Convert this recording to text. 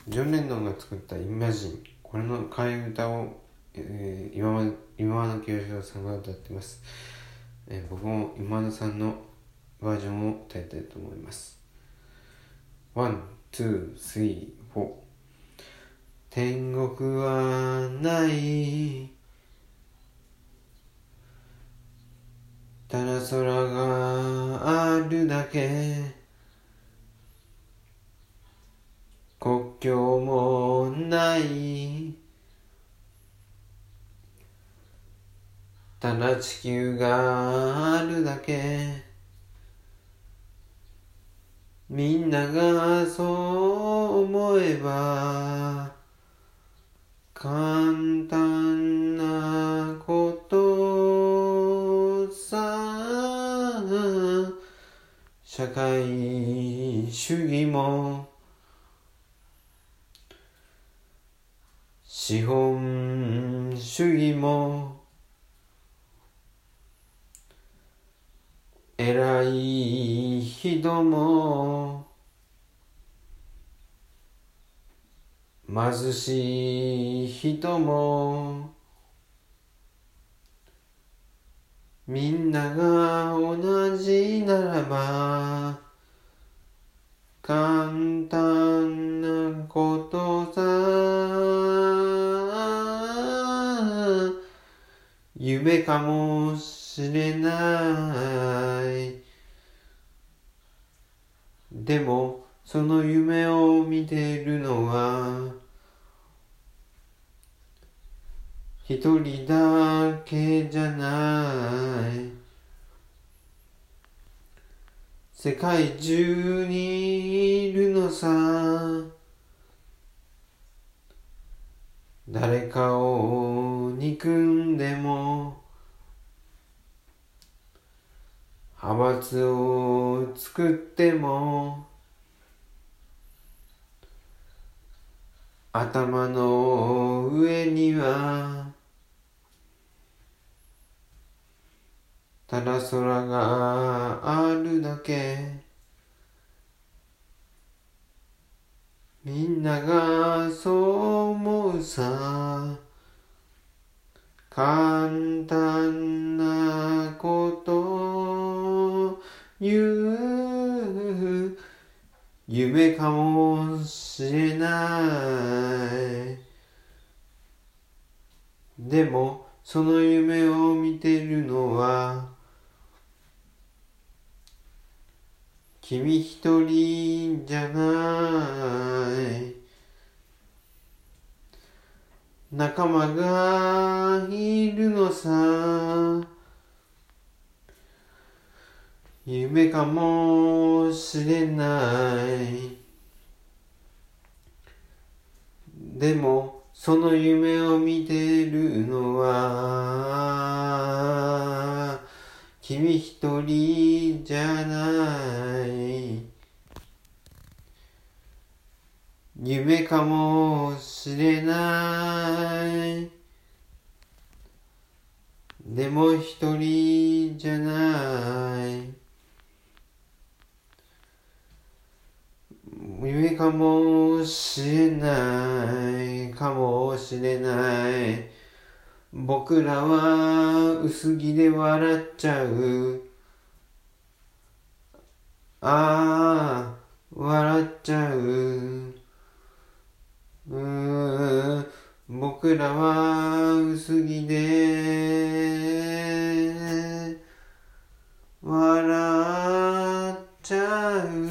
ジョン・レノンが作ったイマジン、これの替え歌を、今和の清志郎さんが歌ってます。僕も今和さんのバージョンを歌いたいと思います。ワン、ツー、スリー、フォー。天国はない、ただ空があるだけ、国境もない、ただ地球があるだけ、みんながそう思えば簡単なことさ。社会主義も資本主義も偉い人も貧しい人もみんなが同じならば簡単なことさ。夢かもしれない。でもその夢を見てるのは一人だけじゃない。世界中にいるのさ。誰かを憎んでも派閥を作っても頭の上にはただ空があるだけ。みんながそう思うさ。簡単なこと言う夢かもしれない。でもその夢を見てるのは君一人じゃない。仲間がいるのさ。夢かもしれない。でもその夢を見てるのは君一人じゃない。夢かもしれない。でも一人じゃない。夢かもしれないかもしれない。僕らは薄着で笑っちゃう。ああ笑っちゃう。僕らは薄着で笑っちゃう。